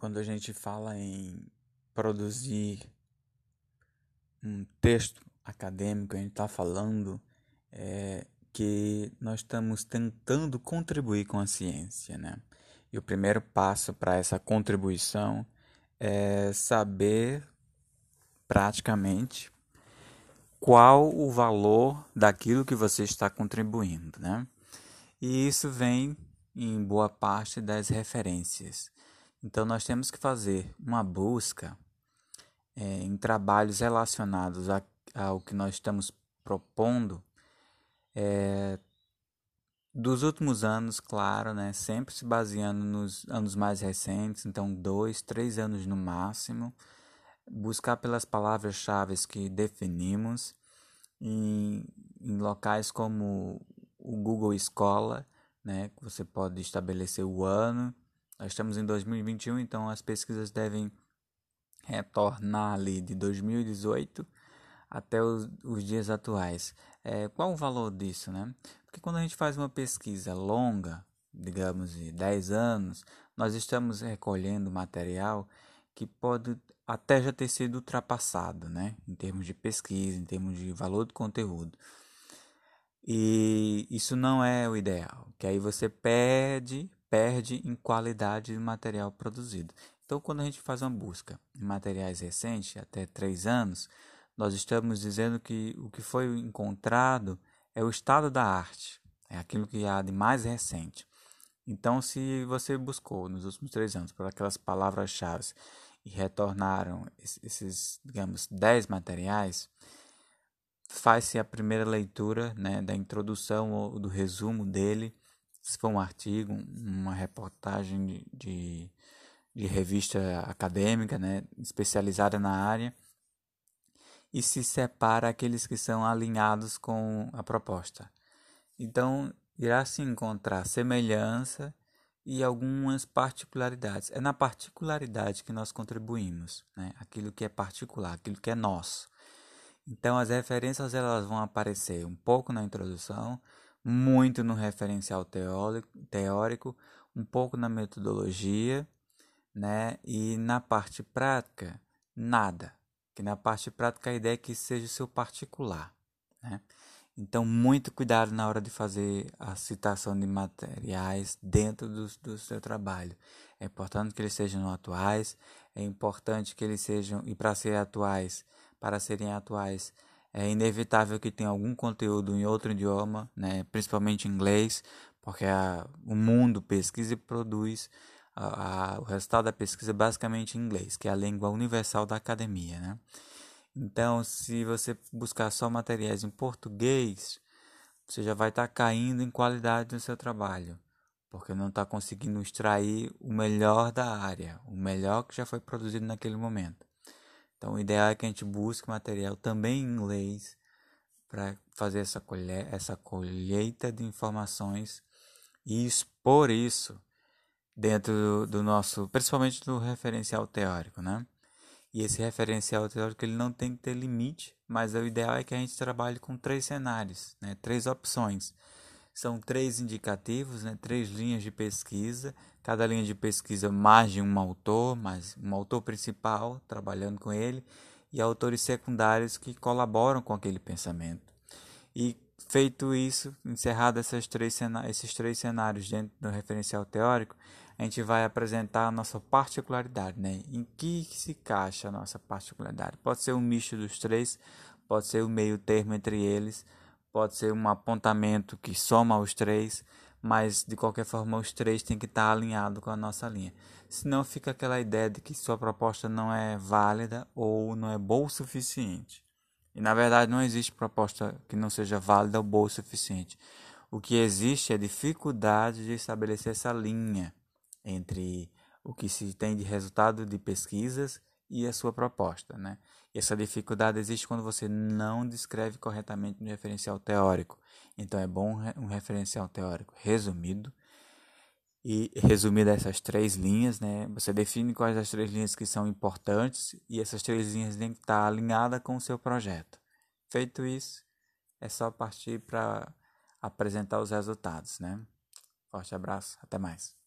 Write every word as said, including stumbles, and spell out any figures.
Quando a gente fala em produzir um texto acadêmico, a gente está falando é, que nós estamos tentando contribuir com a ciência, né? E o primeiro passo para essa contribuição é saber praticamente qual o valor daquilo que você está contribuindo, né? E isso vem em boa parte das referências. Então nós temos que fazer uma busca é, em trabalhos relacionados a, ao que nós estamos propondo é, dos últimos anos, claro, né? Sempre se baseando nos anos mais recentes, então dois, três anos no máximo, buscar pelas palavras-chave que definimos em, em locais como o Google Escola, né? Que você pode estabelecer o ano. Nós estamos em dois mil e vinte e um, então as pesquisas devem retornar ali de dois mil e dezoito até os, os dias atuais. É, qual o valor disso, né? Porque quando a gente faz uma pesquisa longa, digamos de dez anos, nós estamos recolhendo material que pode até já ter sido ultrapassado, né? Em termos de pesquisa, em termos de valor do conteúdo. E isso não é o ideal, que aí você perde, perde em qualidade do material produzido. Então, quando a gente faz uma busca em materiais recentes, até três anos, nós estamos dizendo que o que foi encontrado é o estado da arte, é aquilo que há de mais recente. Então, se você buscou nos últimos três anos por aquelas palavras-chave e retornaram esses, digamos, dez materiais, faz-se a primeira leitura, né, da introdução ou do resumo dele, se for um artigo, uma reportagem de, de, de revista acadêmica, né, especializada na área, e se separa aqueles que são alinhados com a proposta. Então, irá se encontrar semelhança e algumas particularidades. É na particularidade que nós contribuímos, né? Aquilo que é particular, aquilo que é nosso. Então, as referências elas vão aparecer um pouco na introdução, muito no referencial teórico, teórico um pouco na metodologia, né? E na parte prática, nada. Que na parte prática a ideia é que seja o seu particular, né? Então, muito cuidado na hora de fazer a citação de materiais dentro do, do seu trabalho. É importante que eles sejam atuais, é importante que eles sejam, e para serem atuais, para serem atuais, é inevitável que tenha algum conteúdo em outro idioma, né? Principalmente em inglês, porque a, o mundo pesquisa e produz a, a, o resultado da pesquisa é basicamente em inglês, que é a língua universal da academia, né? Então, se você buscar só materiais em português, você já vai estar tá caindo em qualidade no seu trabalho, porque não está conseguindo extrair o melhor da área, o melhor que já foi produzido naquele momento. Então, o ideal é que a gente busque material também em inglês para fazer essa, colhe essa colheita de informações e expor isso dentro do, do nosso, principalmente do referencial teórico, né? E esse referencial teórico ele não tem que ter limite, mas o ideal é que a gente trabalhe com três cenários, né? Três opções. São três indicativos, né? Três linhas de pesquisa. Cada linha de pesquisa mais de um autor, mas um autor principal trabalhando com ele e autores secundários que colaboram com aquele pensamento. E feito isso, encerrado essas três esses três cenários dentro do referencial teórico, a gente vai apresentar a nossa particularidade, né? Em que se encaixa a nossa particularidade? Pode ser um misto dos três, pode ser o meio termo entre eles, pode ser um apontamento que soma os três, mas de qualquer forma os três têm que estar alinhados com a nossa linha. Senão fica aquela ideia de que sua proposta não é válida ou não é boa o suficiente. E na verdade não existe proposta que não seja válida ou boa o suficiente. O que existe é dificuldade de estabelecer essa linha entre o que se tem de resultado de pesquisas e a sua proposta, né? E essa dificuldade existe quando você não descreve corretamente um referencial teórico. Então é bom um referencial teórico resumido, e resumido essas três linhas, né? Você define quais as três linhas que são importantes e essas três linhas têm que estar alinhadas com o seu projeto. Feito isso, é só partir para apresentar os resultados, né? Forte abraço, até mais.